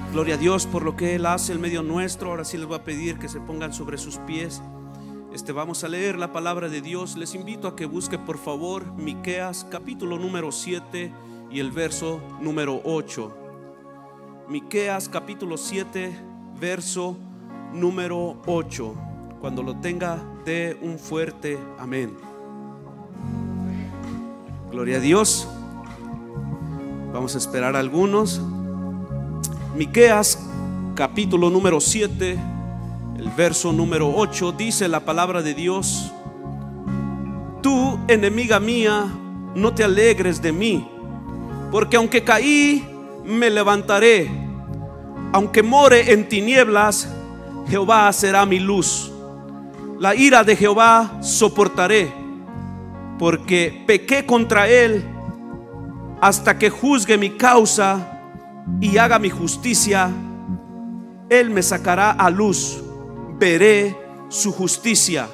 Gloria a Dios por lo que Él hace en medio nuestro. Ahora sí les voy a pedir que se pongan sobre sus pies. Vamos a leer la palabra de Dios. Les invito a que busque por favor Miqueas capítulo número 7 y el verso número 8. Miqueas capítulo 7 verso número 8. Cuando lo tenga, dé un fuerte amén. Gloria a Dios. Vamos a esperar a algunos. Miqueas capítulo número 7, el verso número 8, dice la palabra de Dios: Tú, enemiga mía, no te alegres de mí, porque aunque caí, me levantaré. Aunque more en tinieblas, Jehová será mi luz. La ira de Jehová soportaré, porque pequé contra él. Hasta que juzgue mi causa y haga mi justicia, él me sacará a luz. Veré su justicia,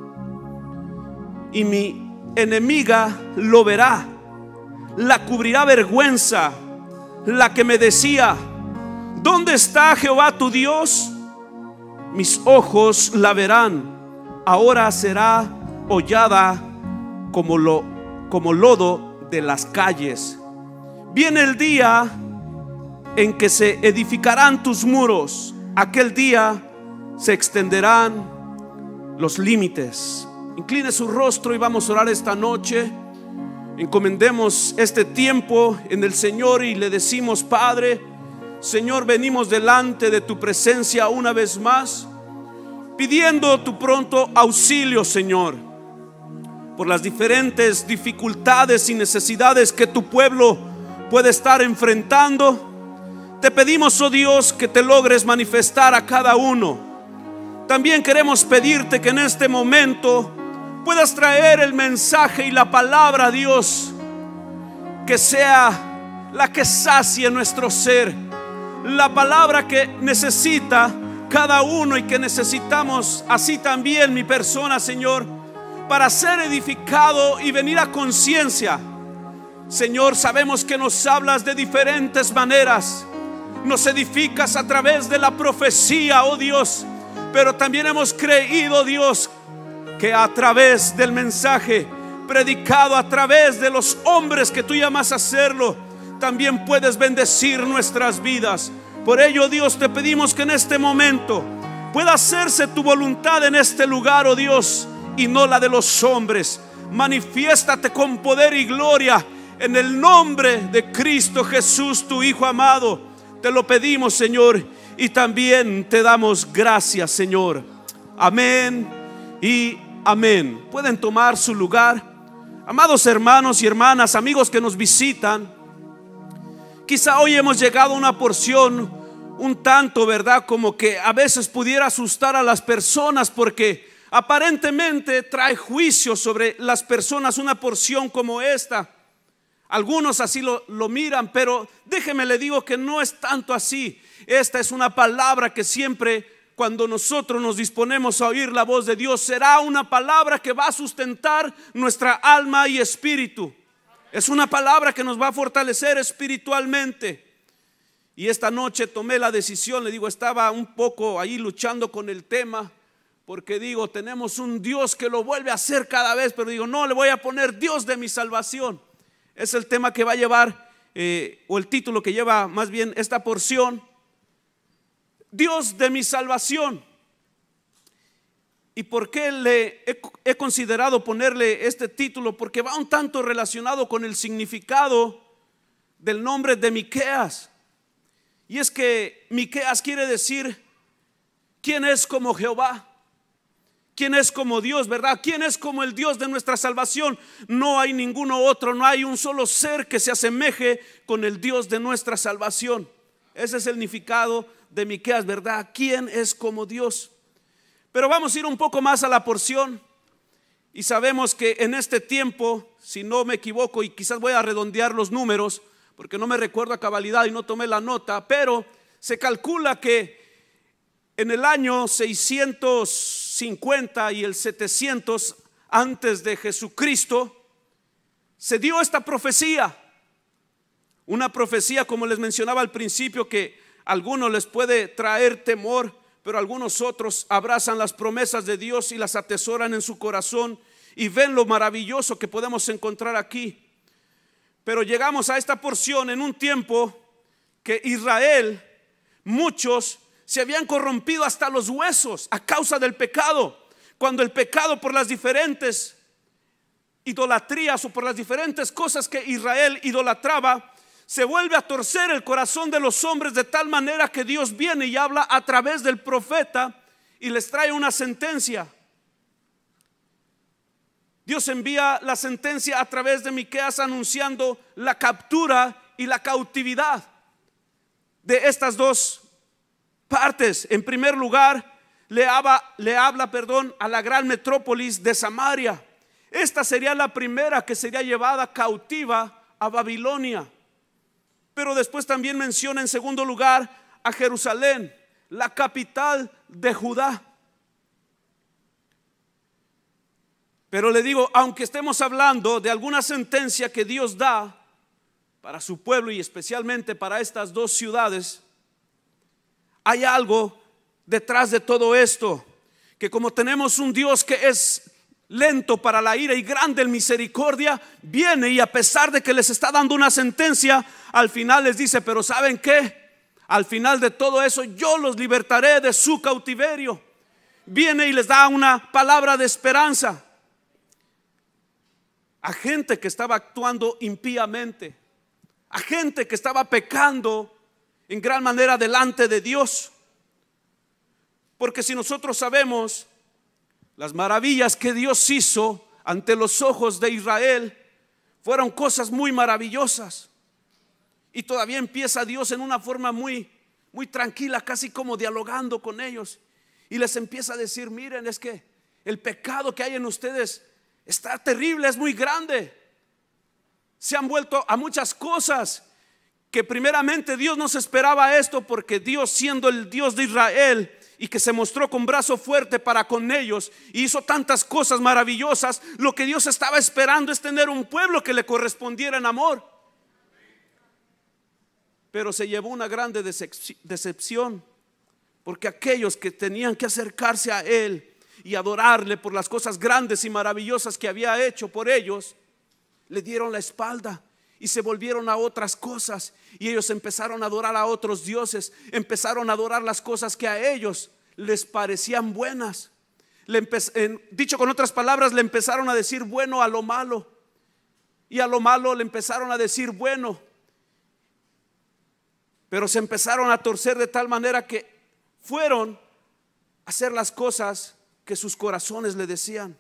y mi enemiga lo verá. La cubrirá vergüenza la que me decía: ¿dónde está Jehová tu Dios? Mis ojos la verán. Ahora será hollada como lodo de las calles. Viene el día en que se edificarán tus muros. Aquel día se extenderán los límites. Incline su rostro y vamos a orar esta noche. Encomendemos este tiempo en el Señor y le decimos: Padre, Señor, venimos delante de tu presencia una vez más, pidiendo tu pronto auxilio, Señor, por las diferentes dificultades y necesidades que tu pueblo puede estar enfrentando. Te pedimos, oh Dios, que te logres manifestar a cada uno. También queremos pedirte que en este momento puedas traer el mensaje y la palabra, Dios, que sea la que sacie nuestro ser, la palabra que necesita cada uno y que necesitamos así también mi persona, Señor, para ser edificado y venir a conciencia. Señor, sabemos que nos hablas de diferentes maneras. Nos edificas a través de la profecía, oh Dios, pero también hemos creído, Dios, que a través del mensaje predicado a través de los hombres que tú llamas a hacerlo, también puedes bendecir nuestras vidas. Por ello, Dios, te pedimos que en este momento pueda hacerse tu voluntad en este lugar, oh Dios, y no la de los hombres. Manifiéstate con poder y gloria en el nombre de Cristo Jesús, tu Hijo amado. Te lo pedimos, Señor, y también te damos gracias, Señor. Amén y amén. Pueden tomar su lugar. Amados hermanos y hermanas, amigos que nos visitan, quizá hoy hemos llegado a una porción un tanto, ¿verdad?, como que a veces pudiera asustar a las personas, porque aparentemente trae juicio sobre las personas una porción como esta. Algunos así lo miran, pero déjeme le digo que no es tanto así. Esta es una palabra que siempre, cuando nosotros nos disponemos a oír la voz de Dios, será una palabra que va a sustentar nuestra alma y espíritu. Es una palabra que nos va a fortalecer espiritualmente. Y esta noche tomé la decisión, le digo, estaba un poco ahí luchando con el tema, porque digo, tenemos un Dios que lo vuelve a hacer cada vez, pero digo, no, le voy a poner Dios de mi salvación. Es el tema que va a llevar, o el título que lleva más bien esta porción: Dios de mi salvación. ¿Y por qué le he considerado ponerle este título? Porque va un tanto relacionado con el significado del nombre de Miqueas. Y es que Miqueas quiere decir: ¿quién es como Jehová? ¿Quién es como Dios, verdad? ¿Quién es como el Dios de nuestra salvación? No hay ninguno otro, no hay un solo ser que se asemeje con el Dios de nuestra salvación. Ese es el significado de Miqueas, ¿verdad? ¿Quién es como Dios? Pero vamos a ir un poco más a la porción. Y sabemos que en este tiempo, si no me equivoco, y quizás voy a redondear los números, porque no me recuerdo a cabalidad y no tomé la nota, pero se calcula que en el año 650 y el 700 antes de Jesucristo se dio esta profecía. Una profecía, como les mencionaba al principio, que a algunos les puede traer temor, pero algunos otros abrazan las promesas de Dios y las atesoran en su corazón y ven lo maravilloso que podemos encontrar aquí. Pero llegamos a esta porción en un tiempo que Israel, muchos se habían corrompido hasta los huesos a causa del pecado. Cuando el pecado, por las diferentes idolatrías o por las diferentes cosas que Israel idolatraba, se vuelve a torcer el corazón de los hombres de tal manera que Dios viene y habla a través del profeta y les trae una sentencia. Dios envía la sentencia a través de Miqueas anunciando la captura y la cautividad de estas dos partes. En primer lugar, le habla a la gran metrópolis de Samaria. Esta sería la primera que sería llevada cautiva a Babilonia. Pero después también menciona en segundo lugar a Jerusalén, la capital de Judá. Pero le digo, aunque estemos hablando de alguna sentencia que Dios da para su pueblo y especialmente para estas dos ciudades, hay algo detrás de todo esto, que como tenemos un Dios que es lento para la ira y grande en misericordia, viene y a pesar de que les está dando una sentencia, al final les dice, pero ¿saben qué? Al final de todo eso yo los libertaré de su cautiverio. Viene y les da una palabra de esperanza a gente que estaba actuando impíamente, a gente que estaba pecando en gran manera delante de Dios. Porque si nosotros sabemos las maravillas que Dios hizo ante los ojos de Israel, fueron cosas muy maravillosas. Y todavía empieza Dios en una forma muy tranquila, casi como dialogando con ellos, y les empieza a decir, miren, es que el pecado que hay en ustedes está terrible, es muy grande. Se han vuelto a muchas cosas que primeramente Dios no se esperaba esto, porque Dios, siendo el Dios de Israel y que se mostró con brazo fuerte para con ellos y hizo tantas cosas maravillosas, lo que Dios estaba esperando es tener un pueblo que le correspondiera en amor. Pero se llevó una grande decepción, porque aquellos que tenían que acercarse a Él y adorarle por las cosas grandes y maravillosas que había hecho por ellos, le dieron la espalda y se volvieron a otras cosas, y ellos empezaron a adorar a otros dioses, empezaron a adorar las cosas que a ellos les parecían buenas. Dicho con otras palabras, le empezaron a decir bueno a lo malo, y a lo malo le empezaron a decir bueno. Pero se empezaron a torcer de tal manera que fueron a hacer las cosas que sus corazones le decían.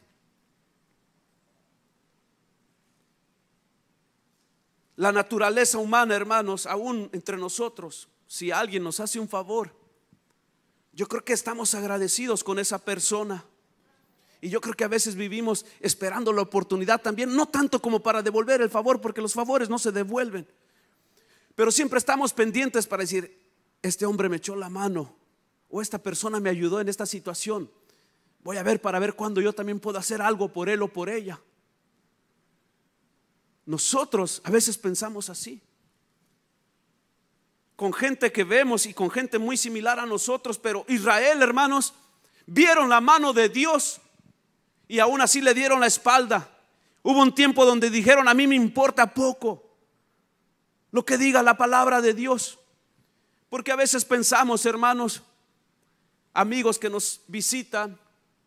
La naturaleza humana, hermanos, aún entre nosotros, si alguien nos hace un favor, yo creo que estamos agradecidos con esa persona. Y yo creo que a veces vivimos esperando la oportunidad también, no tanto como para devolver el favor, porque los favores no se devuelven, pero siempre estamos pendientes para decir, este hombre me echó la mano, o esta persona me ayudó en esta situación, voy a ver para ver cuándo yo también puedo hacer algo por él o por ella. Nosotros a veces pensamos así, con gente que vemos y con gente muy similar a nosotros. Pero Israel, hermanos, vieron la mano de Dios y aún así le dieron la espalda. Hubo un tiempo donde dijeron, a mí me importa poco lo que diga la palabra de Dios. Porque a veces pensamos, hermanos, amigos que nos visitan,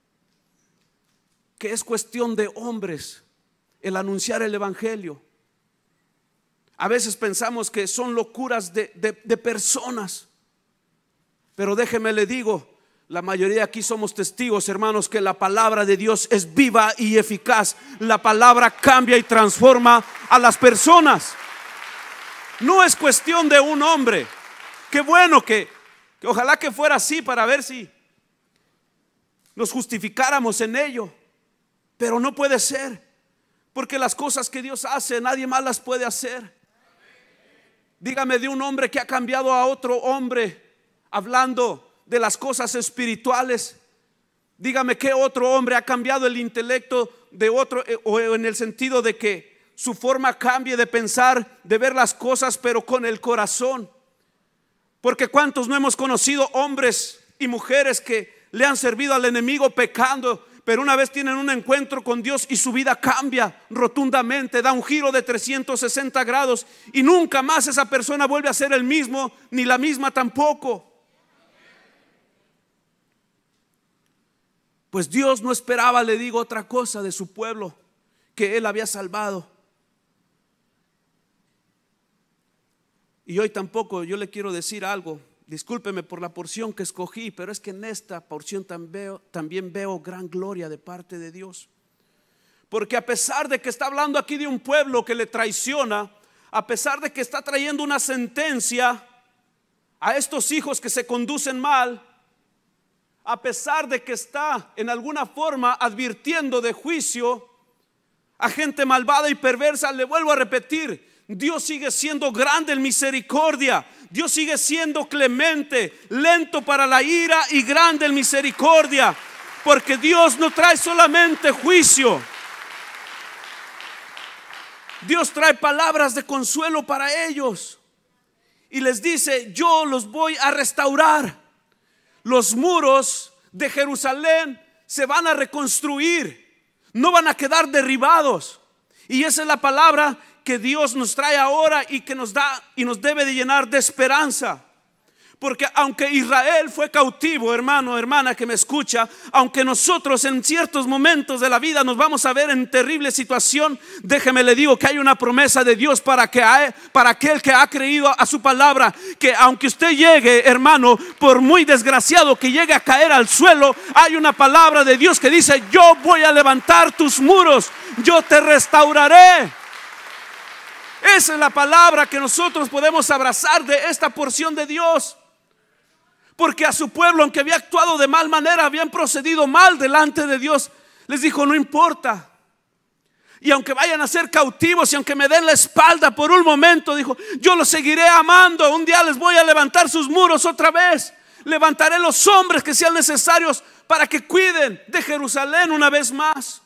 que es cuestión de hombres el anunciar el evangelio. A veces pensamos que son locuras de personas, pero déjeme le digo, la mayoría aquí somos testigos, hermanos, que la palabra de Dios es viva y eficaz. La palabra cambia y transforma a las personas. No es cuestión de un hombre. Qué bueno que ojalá que fuera así, para ver si nos justificáramos en ello, pero no puede ser. Porque las cosas que Dios hace, nadie más las puede hacer. Dígame de un hombre que ha cambiado a otro hombre hablando de las cosas espirituales. Dígame qué otro hombre ha cambiado el intelecto de otro, o en el sentido de que su forma cambie de pensar, de ver las cosas, pero con el corazón. Porque cuántos no hemos conocido hombres y mujeres que le han servido al enemigo pecando, pero una vez tienen un encuentro con Dios y su vida cambia rotundamente, da un giro de 360 grados y nunca más esa persona vuelve a ser el mismo, ni la misma tampoco. Pues Dios no esperaba, le digo, otra cosa de su pueblo que Él había salvado. Y hoy tampoco yo le quiero decir algo. Discúlpeme por la porción que escogí, pero es que en esta porción también veo gran gloria de parte de Dios. Porque a pesar de que está hablando aquí de un pueblo que le traiciona, a pesar de que está trayendo una sentencia a estos hijos que se conducen mal, a pesar de que está en alguna forma advirtiendo de juicio a gente malvada y perversa, le vuelvo a repetir, Dios sigue siendo grande en misericordia. Dios sigue siendo clemente, lento para la ira y grande en misericordia. Porque Dios no trae solamente juicio. Dios trae palabras de consuelo para ellos. Y les dice, yo los voy a restaurar. Los muros de Jerusalén se van a reconstruir. No van a quedar derribados. Y esa es la palabra que Dios nos trae ahora y que nos da y nos debe de llenar de esperanza. Porque aunque Israel fue cautivo, hermano, hermana que me escucha, aunque nosotros en ciertos momentos de la vida nos vamos a ver en terrible situación, déjeme le digo que hay una promesa de Dios para aquel que ha creído a su palabra, que aunque usted llegue, hermano, por muy desgraciado que llegue a caer al suelo, hay una palabra de Dios que dice, yo voy a levantar tus muros, yo te restauraré. Esa es la palabra que nosotros podemos abrazar de esta porción de Dios. Porque a su pueblo, aunque había actuado de mal manera, habían procedido mal delante de Dios, les dijo, no importa. Y aunque vayan a ser cautivos y aunque me den la espalda por un momento, dijo, yo los seguiré amando. Un día les voy a levantar sus muros otra vez. Levantaré los hombres que sean necesarios para que cuiden de Jerusalén una vez más.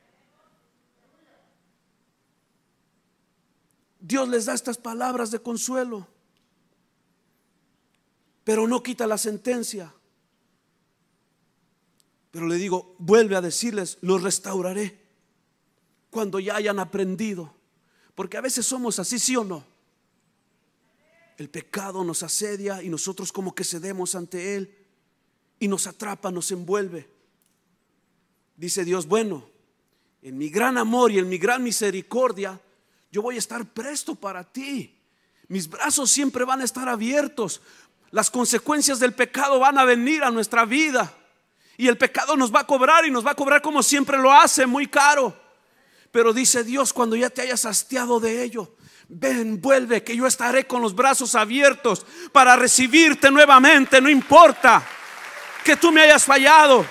Dios les da estas palabras de consuelo, pero no quita la sentencia. Pero le digo, vuelve a decirles, los restauraré cuando ya hayan aprendido. Porque a veces somos así, ¿sí o no? El pecado nos asedia y nosotros como que cedemos ante él y nos atrapa, nos envuelve. Dice Dios, bueno, en mi gran amor y en mi gran misericordia, yo voy a estar presto para ti. Mis brazos siempre van a estar abiertos. Las consecuencias del pecado van a venir a nuestra vida y el pecado nos va a cobrar y nos va a cobrar como siempre lo hace, muy caro. Pero dice Dios, cuando ya te hayas hastiado de ello, ven, vuelve, que yo estaré con los brazos abiertos para recibirte nuevamente. No importa que tú me hayas fallado.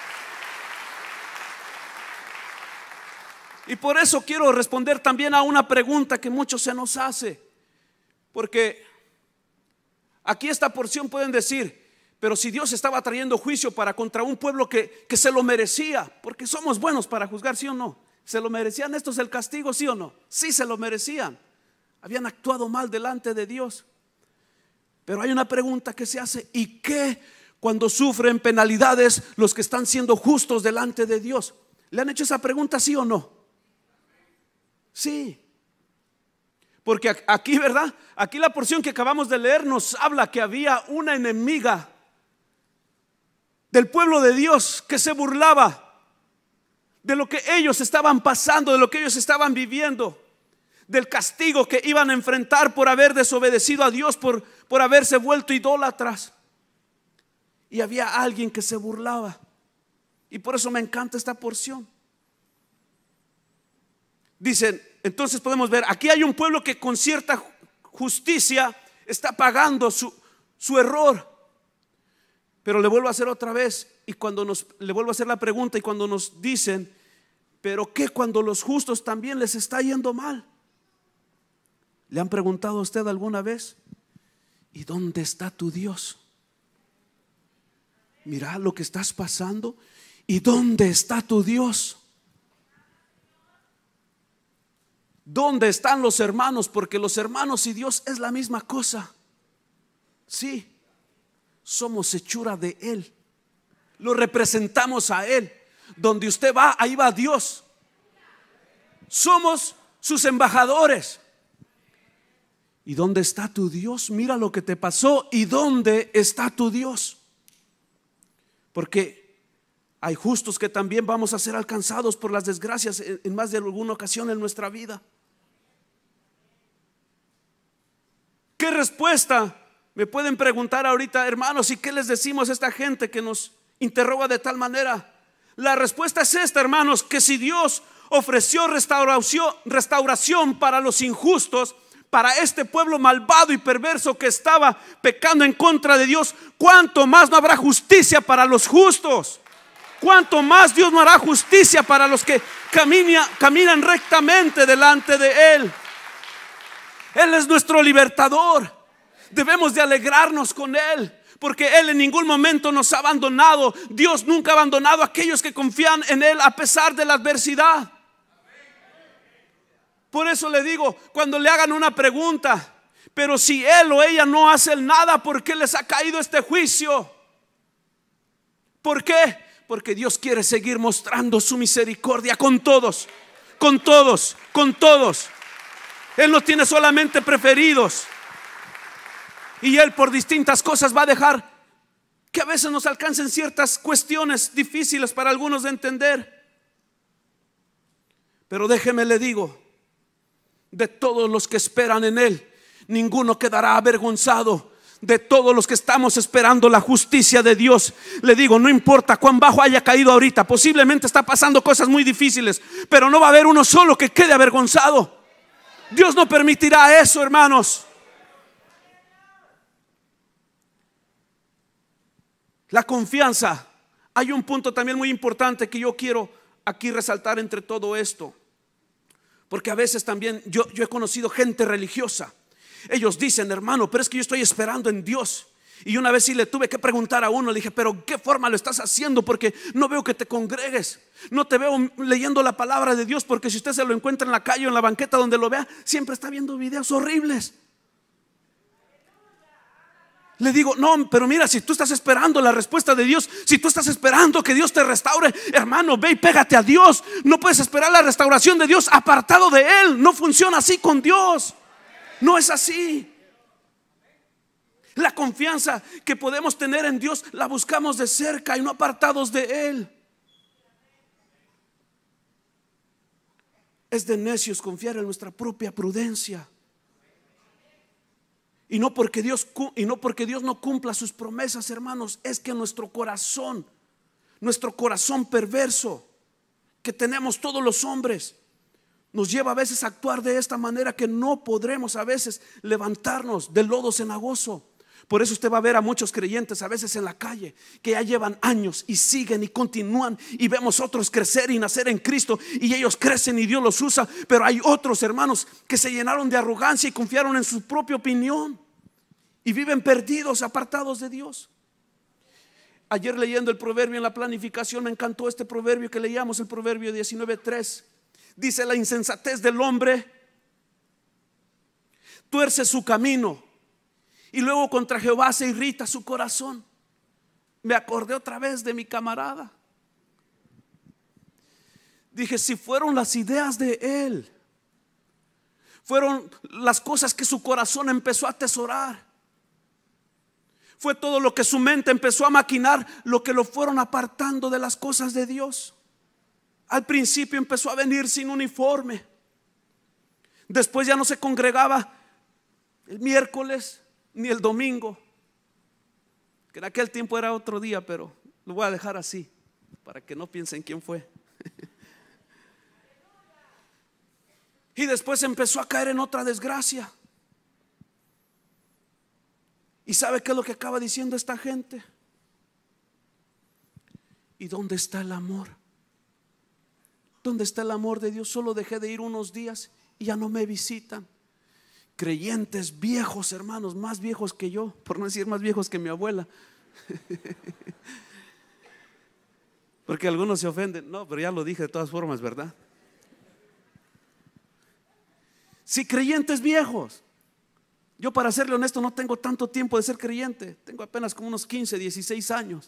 Y por eso quiero responder también a una pregunta que muchos se nos hace. Porque aquí esta porción pueden decir, pero si Dios estaba trayendo juicio para contra un pueblo que se lo merecía, porque somos buenos para juzgar, ¿sí o no? ¿Se lo merecían estos el castigo, sí o no? Sí, se lo merecían. Habían actuado mal delante de Dios. Pero hay una pregunta que se hace, ¿y qué cuando sufren penalidades los que están siendo justos delante de Dios? ¿Le han hecho esa pregunta, sí o no? Sí. Porque aquí, ¿verdad? Aquí la porción que acabamos de leer nos habla que había una enemiga del pueblo de Dios que se burlaba de lo que ellos estaban pasando, de lo que ellos estaban viviendo, del castigo que iban a enfrentar por haber desobedecido a Dios, por haberse vuelto idólatras. Y había alguien que se burlaba. Y por eso me encanta esta porción. Dicen, entonces podemos ver, aquí hay un pueblo que con cierta justicia está pagando su error. Pero le vuelvo a hacer otra vez, y le vuelvo a hacer la pregunta, y cuando nos dicen, pero ¿qué cuando los justos también les está yendo mal? ¿Le han preguntado a usted alguna vez? ¿Y dónde está tu Dios? Mira lo que estás pasando. ¿Y dónde está tu Dios? ¿Dónde están los hermanos? Porque los hermanos y Dios es la misma cosa. Sí, somos hechura de Él. Lo representamos a Él. Donde usted va, ahí va Dios. Somos sus embajadores. ¿Y dónde está tu Dios? Mira lo que te pasó. ¿Y dónde está tu Dios? Porque hay justos que también vamos a ser alcanzados por las desgracias en más de alguna ocasión en nuestra vida. ¿Qué respuesta me pueden preguntar ahorita, hermanos? ¿Y qué les decimos a esta gente que nos interroga de tal manera? La respuesta es esta, hermanos: que si Dios ofreció restauración para los injustos, para este pueblo malvado y perverso que estaba pecando en contra de Dios, ¿cuánto más no habrá justicia para los justos? ¿Cuánto más Dios no hará justicia para los que caminan rectamente delante de Él? Él es nuestro libertador. Debemos de alegrarnos con Él, porque Él en ningún momento nos ha abandonado. Dios nunca ha abandonado a aquellos que confían en Él a pesar de la adversidad. Por eso le digo, cuando le hagan una pregunta, pero si él o ella no hace nada, ¿por qué les ha caído este juicio? ¿Por qué? Porque Dios quiere seguir mostrando su misericordia con todos, con todos, con todos. Él no tiene solamente preferidos. Y Él por distintas cosas va a dejar que a veces nos alcancen ciertas cuestiones difíciles para algunos de entender. Pero déjeme le digo, de todos los que esperan en Él, ninguno quedará avergonzado. De todos los que estamos esperando la justicia de Dios, le digo, no importa cuán bajo haya caído ahorita, posiblemente está pasando cosas muy difíciles, pero no va a haber uno solo que quede avergonzado. Dios no permitirá eso, hermanos. La confianza. Hay un punto también muy importante que yo quiero aquí resaltar entre todo esto, porque a veces también yo he conocido gente religiosa. Ellos dicen, hermano, pero es que yo estoy esperando en Dios. Y una vez sí le tuve que preguntar a uno, le dije, pero ¿qué forma lo estás haciendo? Porque no veo que te congregues, no te veo leyendo la palabra de Dios, porque si usted se lo encuentra en la calle o en la banqueta donde lo vea, siempre está viendo videos horribles. Le digo, no, pero mira, si tú estás esperando la respuesta de Dios, si tú estás esperando que Dios te restaure, hermano, ve y pégate a Dios. No puedes esperar la restauración de Dios apartado de Él. No funciona así con Dios. No es así. La confianza que podemos tener en Dios la buscamos de cerca y no apartados de Él. Es de necios confiar en nuestra propia prudencia. Y no porque Dios no cumpla sus promesas, hermanos, es que nuestro corazón perverso que tenemos todos los hombres, nos lleva a veces a actuar de esta manera que no podremos a veces levantarnos del lodo cenagoso. Por eso usted va a ver a muchos creyentes a veces en la calle que ya llevan años y siguen y continúan, y vemos otros crecer y nacer en Cristo, y ellos crecen y Dios los usa. Pero hay otros, hermanos, que se llenaron de arrogancia y confiaron en su propia opinión y viven perdidos, apartados de Dios. Ayer leyendo el proverbio en la planificación, me encantó este proverbio que leíamos, el proverbio 19:3. Dice: la insensatez del hombre tuerce su camino, y luego contra Jehová se irrita su corazón. Me acordé otra vez de mi camarada. Dije, si fueron las ideas de él, fueron las cosas que su corazón empezó a atesorar, fue todo lo que su mente empezó a maquinar, lo que lo fueron apartando de las cosas de Dios. Al principio empezó a venir sin uniforme, después ya no se congregaba el miércoles ni el domingo, que en aquel tiempo era otro día, pero lo voy a dejar así para que no piensen quién fue. Y después empezó a caer en otra desgracia. ¿Y sabe qué es lo que acaba diciendo esta gente? ¿Y dónde está el amor? ¿Dónde está el amor de Dios? Solo dejé de ir unos días y ya no me visitan. Creyentes viejos, hermanos, más viejos que yo, por no decir más viejos que mi abuela. Porque algunos se ofenden. No, pero ya lo dije de todas formas, ¿verdad? Sí, creyentes viejos. Yo, para serle honesto, no tengo tanto tiempo de ser creyente. Tengo apenas como unos 15, 16 años.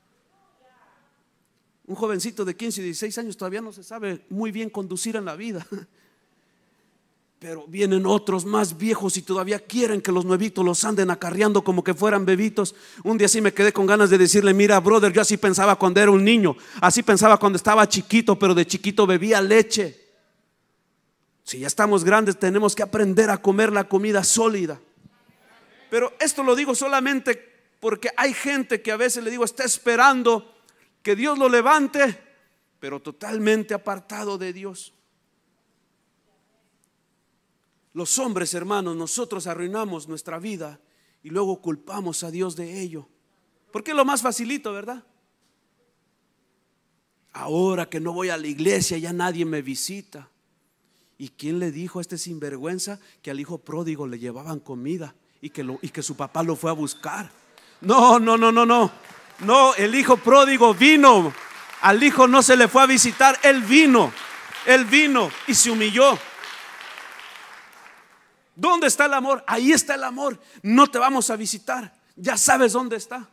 Un jovencito de 15, 16 años todavía no se sabe muy bien conducir en la vida. Pero vienen otros más viejos y todavía quieren que los nuevitos los anden acarreando como que fueran bebitos. Un día sí me quedé con ganas de decirle: mira, brother, yo así pensaba cuando era un niño, así pensaba cuando estaba chiquito, pero de chiquito bebía leche. Si ya estamos grandes, tenemos que aprender a comer la comida sólida. Pero esto lo digo solamente porque hay gente que a veces, le digo, está esperando que Dios lo levante, pero totalmente apartado de Dios. Los hombres, hermanos, nosotros arruinamos nuestra vida y luego culpamos a Dios de ello, porque es lo más facilito, ¿verdad? Ahora que no voy a la iglesia, ya nadie me visita. ¿Y quién le dijo a este sinvergüenza que al hijo pródigo le llevaban comida y que su papá lo fue a buscar? No, no, no, no, no. No, el hijo pródigo vino. Al hijo no se le fue a visitar, él vino y se humilló. ¿Dónde está el amor? Ahí está el amor. No te vamos a visitar, ya sabes dónde está.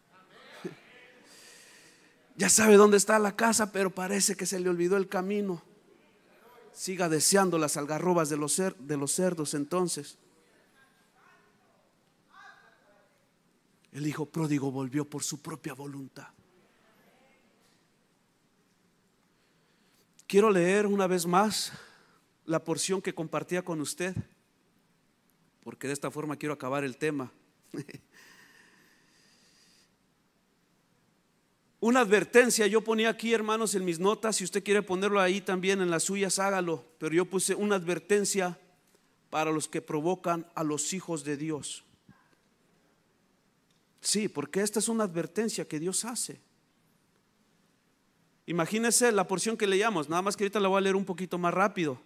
Ya sabe dónde está la casa, pero parece que se le olvidó el camino. Siga deseando las algarrobas de los cerdos. Entonces el hijo pródigo volvió por su propia voluntad. Quiero leer una vez más la porción que compartía con usted, porque de esta forma quiero acabar el tema. Una advertencia, yo ponía aquí, hermanos, en mis notas. Si usted quiere ponerlo ahí también en las suyas, hágalo. Pero yo puse una advertencia para los que provocan a los hijos de Dios. Sí, porque esta es una advertencia que Dios hace. Imagínese la porción que leíamos, nada más que ahorita la voy a leer un poquito más rápido.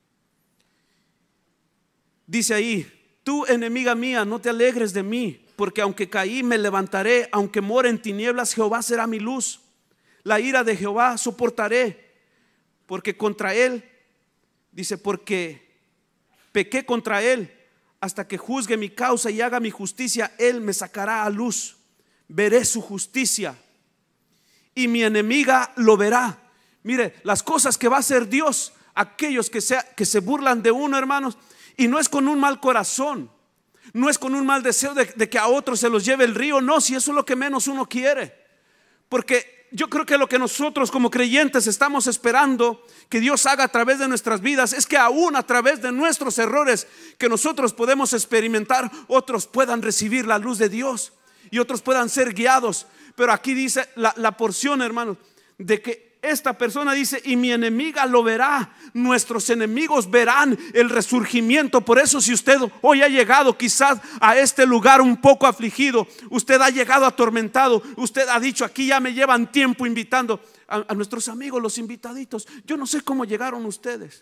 Dice ahí: tú, enemiga mía, no te alegres de mí, porque aunque caí me levantaré, aunque more en tinieblas, Jehová será mi luz. La ira de Jehová soportaré, porque contra él, dice, porque pequé contra él, hasta que juzgue mi causa y haga mi justicia, él me sacará a luz. Veré su justicia y mi enemiga lo verá. Mire, las cosas que va a hacer Dios, aquellos que se burlan de uno, hermanos, y no es con un mal corazón, no es con un mal deseo de que a otros se los lleve el río. No, si eso es lo que menos uno quiere. Porque yo creo que lo que nosotros como creyentes estamos esperando que Dios haga a través de nuestras vidas es que aún a través de nuestros errores que nosotros podemos experimentar, otros puedan recibir la luz de Dios y otros puedan ser guiados. Pero aquí dice la porción, hermanos, de que esta persona dice: y mi enemiga lo verá. Nuestros enemigos verán el resurgimiento. Por eso, si usted hoy ha llegado quizás a este lugar un poco afligido, usted ha llegado atormentado, usted ha dicho: aquí ya me llevan tiempo invitando a nuestros amigos, los invitaditos. Yo no sé cómo llegaron ustedes,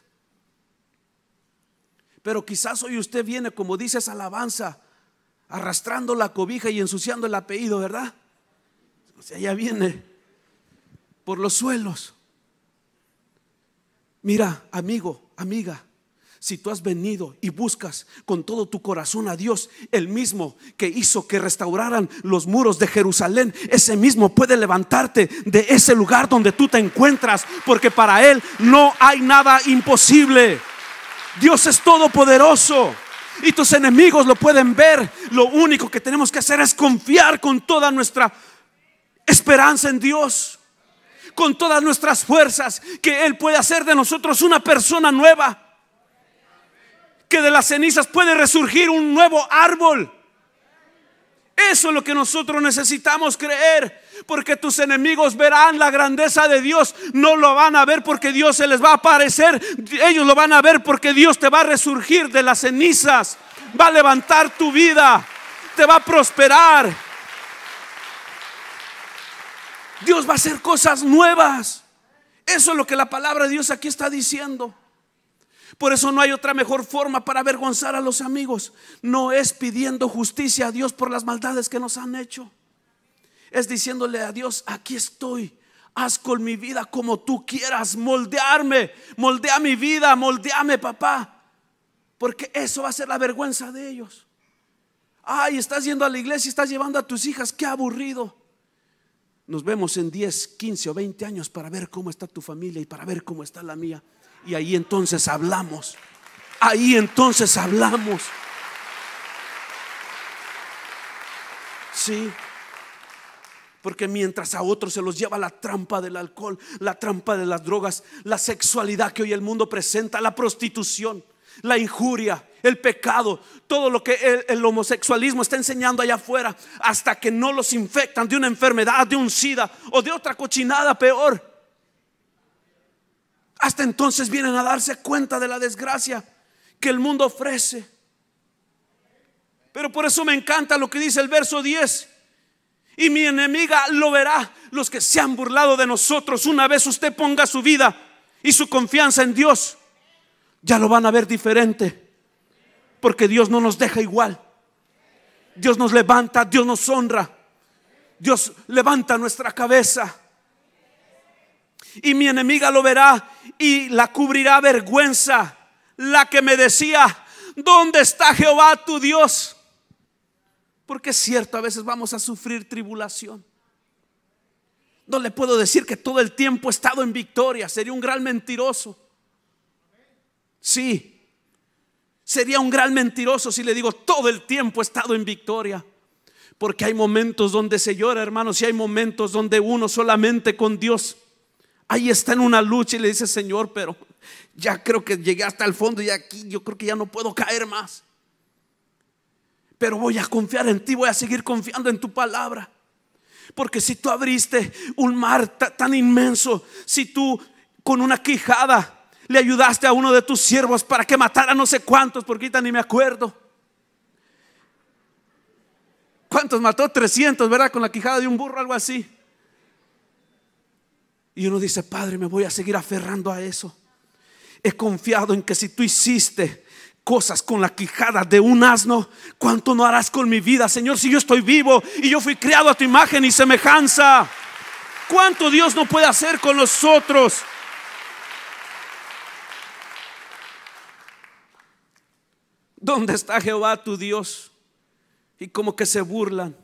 pero quizás hoy usted viene, como dice esa alabanza, arrastrando la cobija y ensuciando el apellido, ¿verdad? O sea, ya viene por los suelos. Mira, amigo, amiga, si tú has venido y buscas con todo tu corazón a Dios, el mismo que hizo que restauraran los muros de Jerusalén, ese mismo puede levantarte de ese lugar donde tú te encuentras, porque para Él no hay nada imposible. Dios es todopoderoso y tus enemigos lo pueden ver. Lo único que tenemos que hacer es confiar con toda nuestra esperanza en Dios, con todas nuestras fuerzas, que Él puede hacer de nosotros una persona nueva, que de las cenizas puede resurgir un nuevo árbol. Eso es lo que nosotros necesitamos creer, porque tus enemigos verán la grandeza de Dios. No lo van a ver porque Dios se les va a aparecer, ellos lo van a ver porque Dios te va a resurgir de las cenizas, va a levantar tu vida, te va a prosperar. Dios va a hacer cosas nuevas. Eso es lo que la palabra de Dios aquí está diciendo. Por eso no hay otra mejor forma para avergonzar a los amigos. No es pidiendo justicia a Dios por las maldades que nos han hecho. Es diciéndole a Dios: aquí estoy, haz con mi vida como tú quieras, moldearme, moldea mi vida, moldeame, papá. Porque eso va a ser la vergüenza de ellos. Ay, estás yendo a la iglesia, estás llevando a tus hijas, qué aburrido. Nos vemos en 10, 15 o 20 años para ver cómo está tu familia y para ver cómo está la mía. Y ahí entonces hablamos. Ahí entonces hablamos. Sí. Porque mientras a otros se los lleva la trampa del alcohol, la trampa de las drogas, la sexualidad que hoy el mundo presenta, la prostitución, la injuria, el pecado, todo lo que el homosexualismo está enseñando allá afuera, hasta que no los infectan de una enfermedad, de un SIDA o de otra cochinada peor. Hasta entonces vienen a darse cuenta de la desgracia que el mundo ofrece. Pero por eso me encanta lo que dice el verso 10. Y mi enemiga lo verá. Los que se han burlado de nosotros, una vez usted ponga su vida y su confianza en Dios, ya lo van a ver diferente. Porque Dios no nos deja igual. Dios nos levanta, Dios nos honra, Dios levanta nuestra cabeza. Y mi enemiga lo verá y la cubrirá vergüenza, la que me decía: ¿dónde está Jehová tu Dios? Porque es cierto, a veces vamos a sufrir tribulación. No le puedo decir que todo el tiempo he estado en victoria, sería un gran mentiroso. Sí, sería un gran mentiroso si le digo todo el tiempo he estado en victoria. Porque hay momentos donde se llora, hermanos, y hay momentos donde uno solamente con Dios, ahí está en una lucha y le dice: Señor, pero ya creo que llegué hasta el fondo y aquí yo creo que ya no puedo caer más. Pero voy a confiar en ti, voy a seguir confiando en tu palabra. Porque si tú abriste un mar tan inmenso, si tú con una quijada le ayudaste a uno de tus siervos para que matara no sé cuántos, porque ahorita ni me acuerdo cuántos mató, 300, ¿verdad? Con la quijada de un burro, algo así. Y uno dice: Padre, me voy a seguir aferrando a eso. He confiado en que si tú hiciste cosas con la quijada de un asno, ¿cuánto no harás con mi vida, Señor? Si yo estoy vivo y yo fui creado a tu imagen y semejanza, ¿cuánto Dios no puede hacer con nosotros? ¿Dónde está Jehová tu Dios? Y como que se burlan.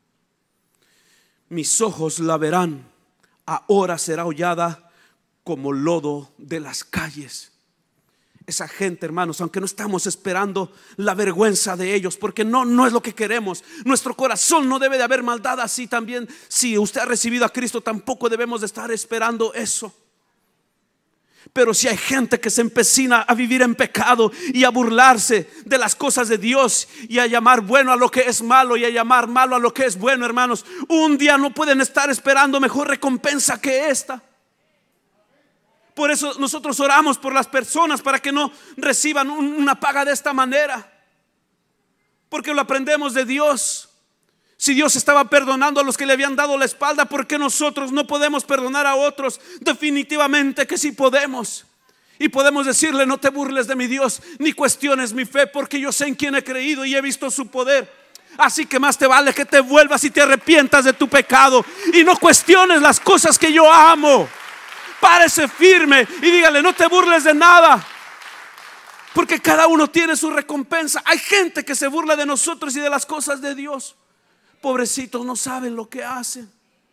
Mis ojos la verán, ahora será hollada como lodo de las calles. Esa gente, hermanos, aunque no estamos esperando la vergüenza de ellos, porque no es lo que queremos. Nuestro corazón no debe de haber maldad. Así también, si usted ha recibido a Cristo, tampoco debemos de estar esperando eso. Pero si hay gente que se empecina a vivir en pecado y a burlarse de las cosas de Dios y a llamar bueno a lo que es malo y a llamar malo a lo que es bueno, hermanos, un día no pueden estar esperando mejor recompensa que esta. Por eso nosotros oramos por las personas para que no reciban una paga de esta manera, porque lo aprendemos de Dios. Si Dios estaba perdonando a los que le habían dado la espalda, ¿por qué nosotros no podemos perdonar a otros? Definitivamente que sí podemos. Y podemos decirle: no te burles de mi Dios, ni cuestiones mi fe, porque yo sé en quién he creído y he visto su poder. Así que más te vale que te vuelvas y te arrepientas de tu pecado y no cuestiones las cosas que yo amo. Párese firme y dígale: no te burles de nada, porque cada uno tiene su recompensa. Hay gente que se burla de nosotros y de las cosas de Dios. Pobrecitos, no saben lo que hacen.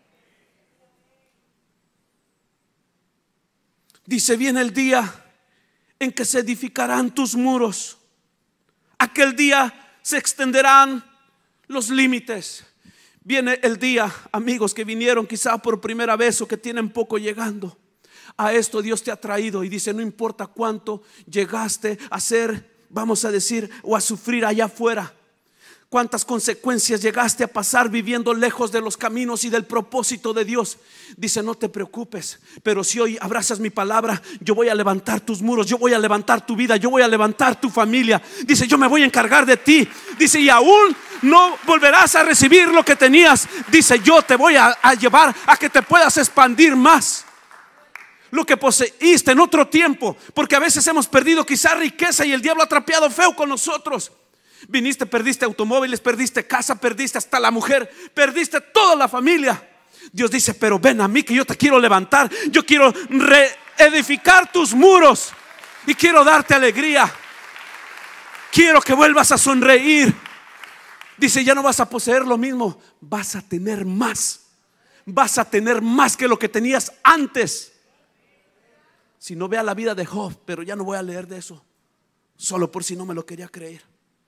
Dice: viene el día en que se edificarán tus muros. Aquel día se extenderán los límites. Viene el día, amigos, que vinieron quizá por primera vez o que tienen poco llegando. A esto Dios te ha traído y dice: no importa cuánto llegaste a ser, vamos a decir, o a sufrir allá afuera, cuántas consecuencias llegaste a pasar viviendo lejos de los caminos y del propósito de Dios. Dice: no te preocupes, pero si hoy abrazas mi palabra, yo voy a levantar tus muros, yo voy a levantar tu vida, yo voy a levantar tu familia. Dice: yo me voy a encargar de ti. Dice: y aún no volverás a recibir lo que tenías. Dice: yo te voy a llevar a que te puedas expandir más lo que poseíste en otro tiempo, porque a veces hemos perdido quizá riqueza y el diablo ha trapeado feo con nosotros. Viniste, perdiste automóviles, perdiste casa, perdiste hasta la mujer, perdiste toda la familia. Dios dice: pero ven a mí, que yo te quiero levantar, yo quiero reedificar tus muros y quiero darte alegría. Quiero que vuelvas a sonreír. Dice, ya no vas a poseer lo mismo, vas a tener más. Vas a tener más que lo que tenías antes. Si no, vea la vida de Job, pero ya no voy a leer de eso, solo por si no me lo quería creer.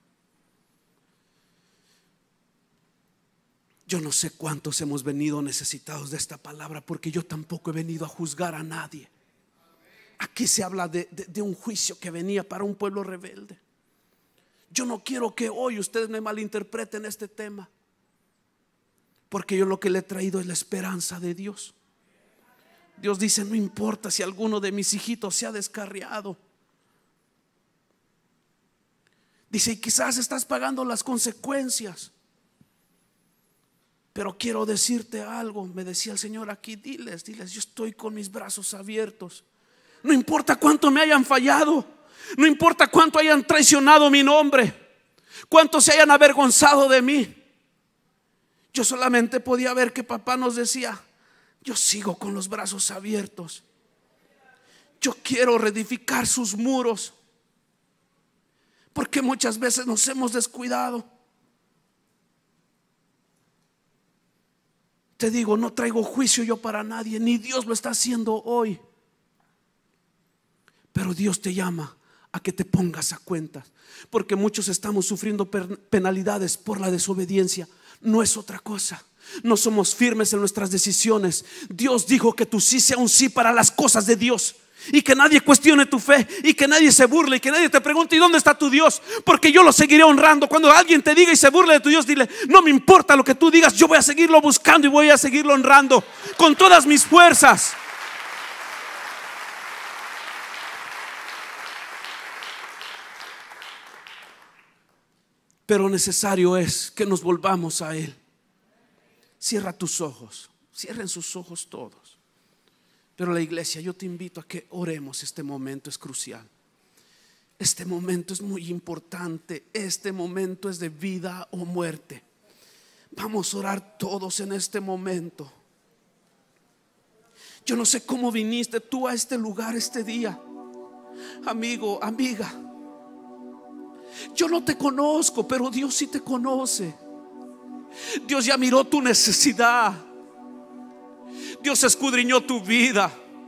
Yo no sé cuántos hemos venido necesitados de esta palabra, porque yo tampoco he venido a juzgar a nadie. Aquí se habla de un juicio que venía para un pueblo rebelde. Yo no quiero que hoy ustedes me malinterpreten este tema, porque yo lo que le he traído es la esperanza de Dios. Dios dice, no importa si alguno de mis hijitos se ha descarriado. Dice, y quizás estás pagando las consecuencias, pero quiero decirte algo. Me decía el Señor aquí, diles, yo estoy con mis brazos abiertos. No importa cuánto me hayan fallado, no importa cuánto hayan traicionado mi nombre, cuánto se hayan avergonzado de mí. Yo solamente podía ver que papá nos decía, yo sigo con los brazos abiertos. Yo quiero reedificar sus muros, porque muchas veces nos hemos descuidado. Te digo, no traigo juicio yo para nadie, ni Dios lo está haciendo hoy. Pero Dios te llama a que te pongas a cuentas, porque muchos estamos sufriendo penalidades por la desobediencia. No es otra cosa. No somos firmes en nuestras decisiones. Dios dijo que tu sí sea un sí para las cosas de Dios, y que nadie cuestione tu fe, y que nadie se burle, y que nadie te pregunte, ¿y dónde está tu Dios? Porque yo lo seguiré honrando. Cuando alguien te diga y se burle de tu Dios, dile, no me importa lo que tú digas, yo voy a seguirlo buscando y voy a seguirlo honrando con todas mis fuerzas. Pero necesario es que nos volvamos a Él. Cierra tus ojos, cierren sus ojos todos. Pero la iglesia, yo te invito a que oremos. Este momento es crucial. Este momento es muy importante. Este momento es de vida o muerte. Vamos a orar todos en este momento. Yo no sé cómo viniste tú a este lugar este día, amigo, amiga. Yo no te conozco, pero Dios sí te conoce. Dios ya miró tu necesidad. Dios escudriñó tu vida.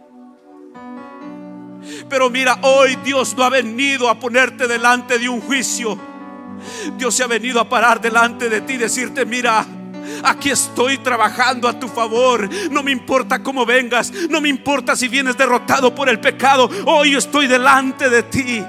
Pero mira, hoy Dios no ha venido a ponerte delante de un juicio. Dios se ha venido a parar delante de ti y decirte, mira, aquí estoy trabajando a tu favor. No me importa cómo vengas, no me importa si vienes derrotado por el pecado. Hoy estoy delante de ti.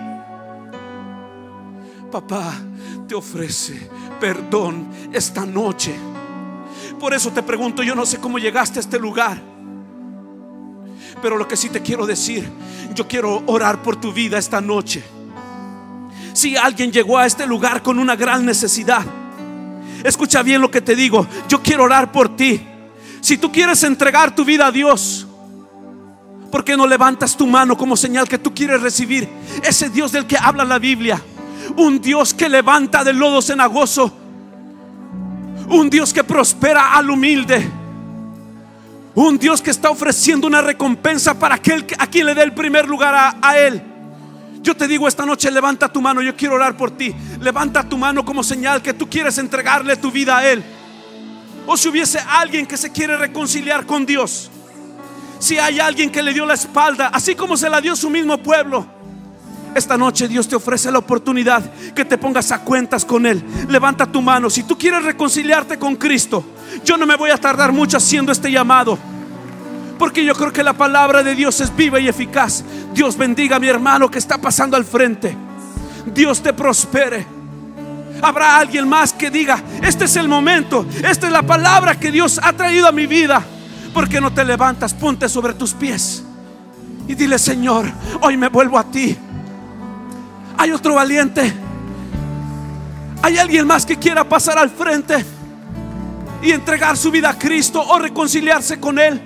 Papá te ofrece perdón esta noche. Por eso te pregunto, yo no sé cómo llegaste a este lugar, pero lo que sí te quiero decir, yo quiero orar por tu vida esta noche. Si alguien llegó a este lugar con una gran necesidad, escucha bien lo que te digo, yo quiero orar por ti. Si tú quieres entregar tu vida a Dios, ¿por qué no levantas tu mano como señal que tú quieres recibir ese Dios del que habla la Biblia? Un Dios que levanta del lodo cenagoso, un Dios que prospera al humilde, un Dios que está ofreciendo una recompensa para aquel a quien le dé el primer lugar a Él. Yo te digo esta noche, levanta tu mano, yo quiero orar por ti. Levanta tu mano como señal que tú quieres entregarle tu vida a Él. O si hubiese alguien que se quiere reconciliar con Dios, si hay alguien que le dio la espalda, así como se la dio su mismo pueblo, esta noche Dios te ofrece la oportunidad que te pongas a cuentas con Él. Levanta tu mano. Si tú quieres reconciliarte con Cristo, yo no me voy a tardar mucho haciendo este llamado, porque yo creo que la palabra de Dios es viva y eficaz. Dios bendiga a mi hermano que está pasando al frente. Dios te prospere. Habrá alguien más que diga, este es el momento, esta es la palabra que Dios ha traído a mi vida. ¿Por qué no te levantas? Ponte sobre tus pies y dile, Señor, hoy me vuelvo a ti. Hay otro valiente. Hay alguien más que quiera pasar al frente y entregar su vida a Cristo o reconciliarse con Él.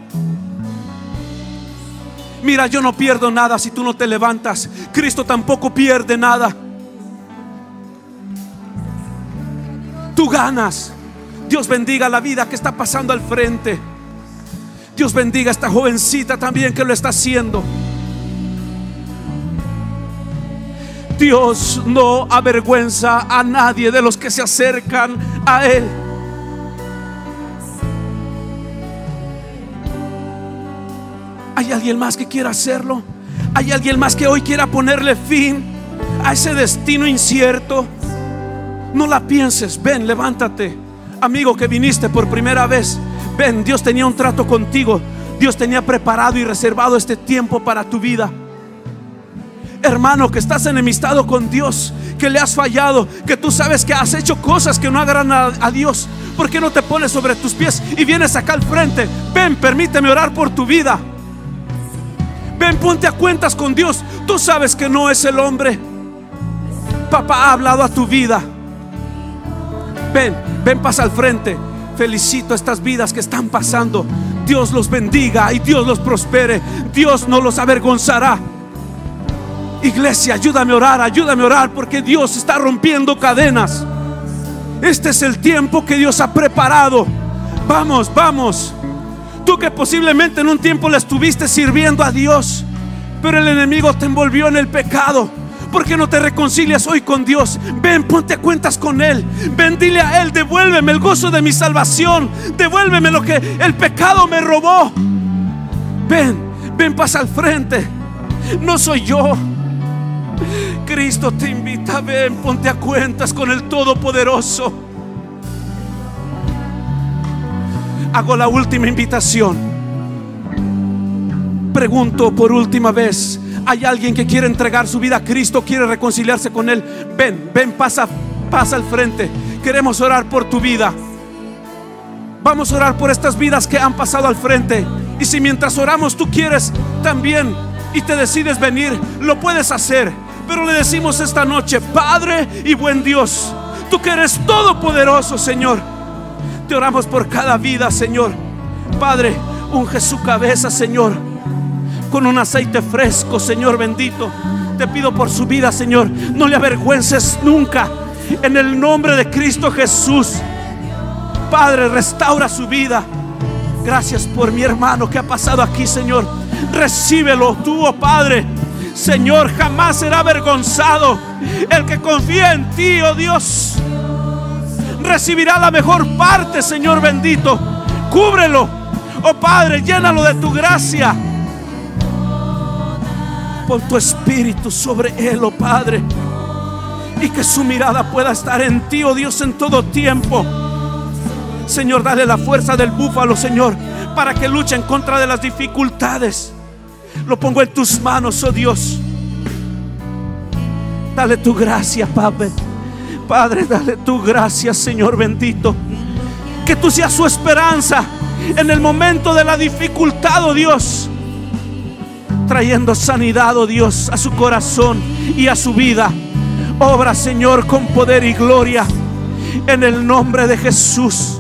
Mira, yo no pierdo nada si tú no te levantas. Cristo tampoco pierde nada. Tú ganas. Dios bendiga la vida que está pasando al frente. Dios bendiga a esta jovencita también que lo está haciendo. Dios no avergüenza a nadie de los que se acercan a Él. ¿Hay alguien más que quiera hacerlo? ¿Hay alguien más que hoy quiera ponerle fin a ese destino incierto? No la pienses, ven, levántate. Amigo que viniste por primera vez, ven, Dios tenía un trato contigo. Dios tenía preparado y reservado este tiempo para tu vida. Hermano que estás enemistado con Dios, que le has fallado, que tú sabes que has hecho cosas que no agradan a Dios, ¿por qué no te pones sobre tus pies y vienes acá al frente? Ven, permíteme orar por tu vida. Ven, ponte a cuentas con Dios. Tú sabes que no es el hombre. Papá ha hablado a tu vida. Ven, ven, pasa al frente. Felicito a estas vidas que están pasando. Dios los bendiga y Dios los prospere. Dios no los avergonzará. Iglesia, ayúdame a orar, porque Dios está rompiendo cadenas. Este es el tiempo que Dios ha preparado. Vamos, vamos. Tú que posiblemente en un tiempo le estuviste sirviendo a Dios, pero el enemigo te envolvió en el pecado. ¿Por qué no te reconcilias hoy con Dios? Ven, ponte a cuentas con Él. Ven, dile a Él: devuélveme el gozo de mi salvación. Devuélveme lo que el pecado me robó. Ven, ven, pasa al frente. No soy yo. Cristo te invita. Ven, ponte a cuentas con el Todopoderoso. Hago la última invitación. Pregunto por última vez: ¿hay alguien que quiere entregar su vida a Cristo? ¿Quiere reconciliarse con Él? Ven, ven, pasa al frente. Queremos orar por tu vida. Vamos a orar por estas vidas que han pasado al frente. Y si mientras oramos tú quieres también y te decides venir, lo puedes hacer. Pero le decimos esta noche: Padre y buen Dios, tú que eres todopoderoso, Señor, te oramos por cada vida, Señor. Padre, unge su cabeza, Señor, con un aceite fresco, Señor bendito. Te pido por su vida, Señor, no le avergüences nunca, en el nombre de Cristo Jesús. Padre, restaura su vida. Gracias por mi hermano que ha pasado aquí, Señor. Recíbelo tú, oh Padre. Señor, jamás será avergonzado el que confía en ti, oh Dios. Recibirá la mejor parte, Señor bendito. Cúbrelo, oh Padre, llénalo de tu gracia. Pon tu espíritu sobre él, oh Padre, y que su mirada pueda estar en ti, oh Dios, en todo tiempo. Señor, dale la fuerza del búfalo, Señor, para que luche en contra de las dificultades. Lo pongo en tus manos, oh Dios. Dale tu gracia, Padre. Padre, dale tu gracia, Señor bendito. Que tú seas su esperanza en el momento de la dificultad, oh Dios, trayendo sanidad, oh Dios, a su corazón y a su vida. Obra, Señor, con poder y gloria, en el nombre de Jesús.